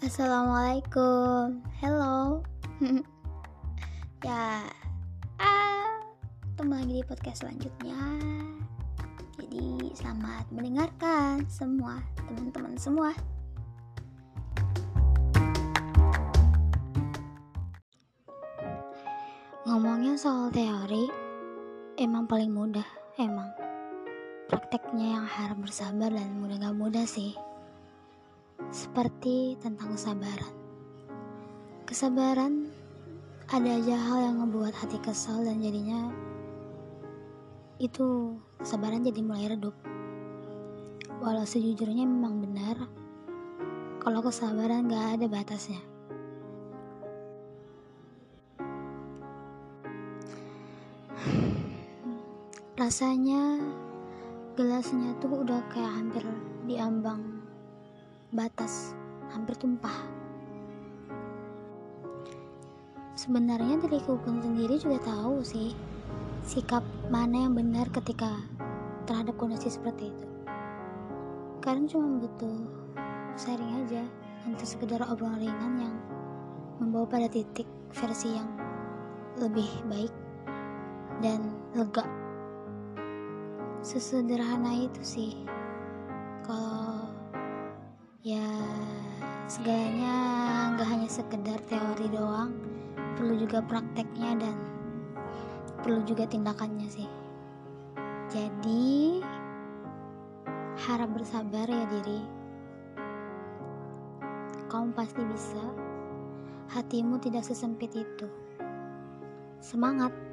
Assalamualaikum, hello. Ya, ketemu lagi di podcast selanjutnya. Jadi selamat mendengarkan semua teman-teman semua. Ngomongnya soal teori emang paling mudah, emang. Prakteknya yang harus bersabar dan mudah gak mudah sih. Seperti tentang kesabaran. Kesabaran, ada aja hal yang ngebuat hati kesal dan jadinya itu kesabaran jadi mulai redup. Walau sejujurnya memang benar kalau kesabaran gak ada batasnya. Rasanya gelasnya tuh udah kayak hampir diambang batas, hampir tumpah. Sebenarnya diriku pun sendiri juga tahu sih sikap mana yang benar ketika terhadap kondisi seperti itu. Kadang cuma butuh sharing aja untuk sekedar obrolan ringan yang membawa pada titik versi yang lebih baik dan lega. Sesederhana itu sih. Kalau ya segalanya gak hanya sekedar teori doang, perlu juga prakteknya dan perlu juga tindakannya sih. Jadi harap bersabar ya diri. Kamu pasti bisa. Hatimu tidak sesempit itu. Semangat.